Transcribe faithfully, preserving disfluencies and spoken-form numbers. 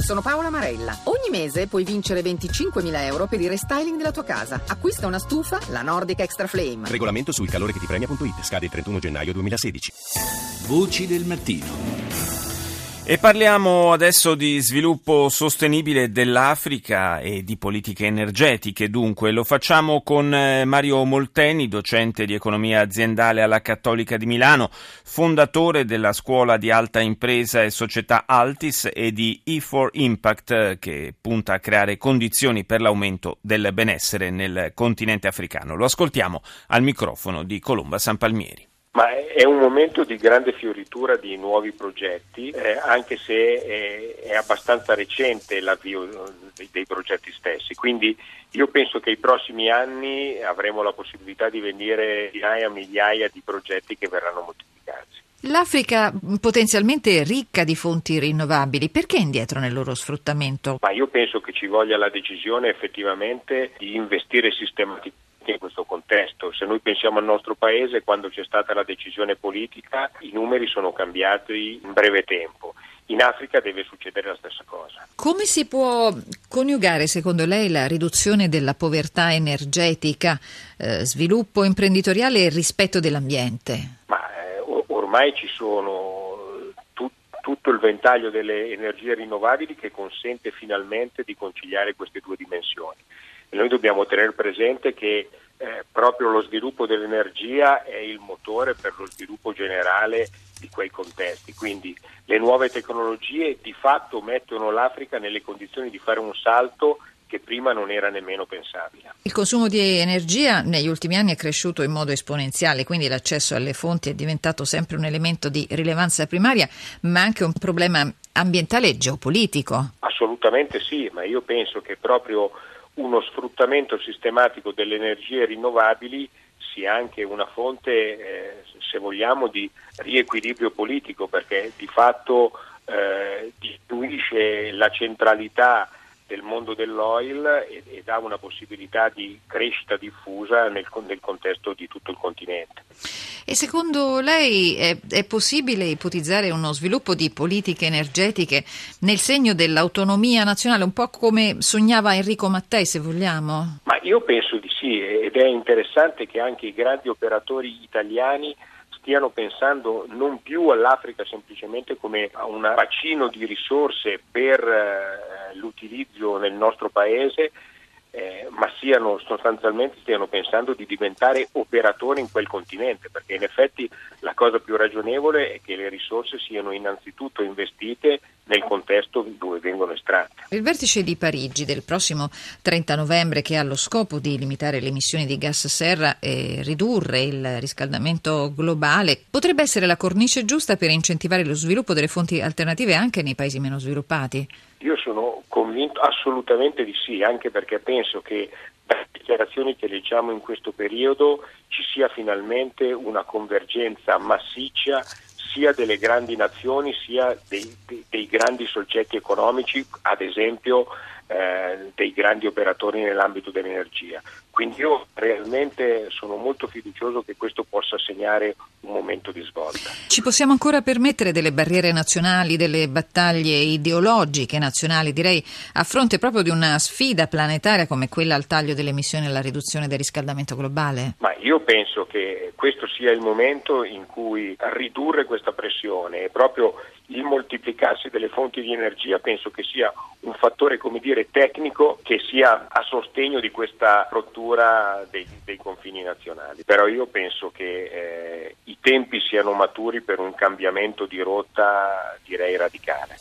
sono Paola Marella. Ogni mese puoi vincere venticinquemila euro per il restyling della tua casa. Acquista una stufa, la Nordic Extra Flame. Regolamento sul calore che ti premia punto it. Scade il trentuno gennaio duemilasedici. Voci del mattino. E parliamo adesso di sviluppo sostenibile dell'Africa e di politiche energetiche. Dunque, lo facciamo con Mario Molteni, docente di economia aziendale alla Cattolica di Milano, fondatore della scuola di alta impresa e società Altis e di E quattro Impact, che punta a creare condizioni per l'aumento del benessere nel continente africano. Lo ascoltiamo al microfono di Colomba Sanpalmieri. Ma è un momento di grande fioritura di nuovi progetti, eh, anche se è, è abbastanza recente l'avvio dei, dei progetti stessi. Quindi io penso che i prossimi anni avremo la possibilità di vedere migliaia e migliaia di progetti che verranno moltiplicati. L'Africa potenzialmente ricca di fonti rinnovabili, perché è indietro nel loro sfruttamento? Ma io penso che ci voglia la decisione effettivamente di investire sistematicamente in questo contesto. Se noi pensiamo al nostro paese, quando c'è stata la decisione politica, i numeri sono cambiati in breve tempo. In Africa deve succedere la stessa cosa. Come si può coniugare, secondo lei, la riduzione della povertà energetica, eh, sviluppo imprenditoriale e rispetto dell'ambiente? Ma eh, ormai ci sono tu, tutto il ventaglio delle energie rinnovabili che consente finalmente di conciliare queste due dimensioni. E noi dobbiamo tenere presente che eh, proprio lo sviluppo dell'energia è il motore per lo sviluppo generale di quei contesti. Quindi le nuove tecnologie di fatto mettono l'Africa nelle condizioni di fare un salto che prima non era nemmeno pensabile. Il consumo di energia negli ultimi anni è cresciuto in modo esponenziale, quindi l'accesso alle fonti è diventato sempre un elemento di rilevanza primaria, ma anche un problema ambientale e geopolitico. Assolutamente sì, ma io penso che proprio uno sfruttamento sistematico delle energie rinnovabili sia anche una fonte, eh, se vogliamo, di riequilibrio politico, perché di fatto eh, diminuisce la centralità del mondo dell'oil e, e dà una possibilità di crescita diffusa nel, nel contesto di tutto il continente. E secondo lei è, è possibile ipotizzare uno sviluppo di politiche energetiche nel segno dell'autonomia nazionale, un po' come sognava Enrico Mattei, se vogliamo? Ma io penso di sì, ed è interessante che anche i grandi operatori italiani stiano pensando non più all'Africa semplicemente come a un bacino di risorse per eh, l'utilizzo nel nostro paese, eh, ma siano sostanzialmente stiano pensando di diventare operatori in quel continente, perché in effetti la cosa più ragionevole è che le risorse siano innanzitutto investite nel contesto dove vengono estratte. Il vertice di Parigi del prossimo trenta novembre, che ha lo scopo di limitare le emissioni di gas serra e ridurre il riscaldamento globale, potrebbe essere la cornice giusta per incentivare lo sviluppo delle fonti alternative anche nei paesi meno sviluppati? Io sono convinto assolutamente di sì, anche perché penso che dalle dichiarazioni che leggiamo in questo periodo ci sia finalmente una convergenza massiccia sia delle grandi nazioni sia dei, dei, dei grandi soggetti economici, ad esempio eh, dei grandi operatori nell'ambito dell'energia. Quindi io realmente sono molto fiducioso che questo possa segnare un momento di svolta. Ci possiamo ancora permettere delle barriere nazionali, delle battaglie ideologiche nazionali, direi, a fronte proprio di una sfida planetaria come quella al taglio delle emissioni e alla riduzione del riscaldamento globale? Ma io penso che questo sia il momento in cui ridurre questa pressione e proprio il moltiplicarsi delle fonti di energia penso che sia un fattore, come dire, tecnico che sia a sostegno di questa rottura dei, dei confini nazionali. Però io penso che eh, i tempi siano maturi per un cambiamento di rotta, direi, radicale.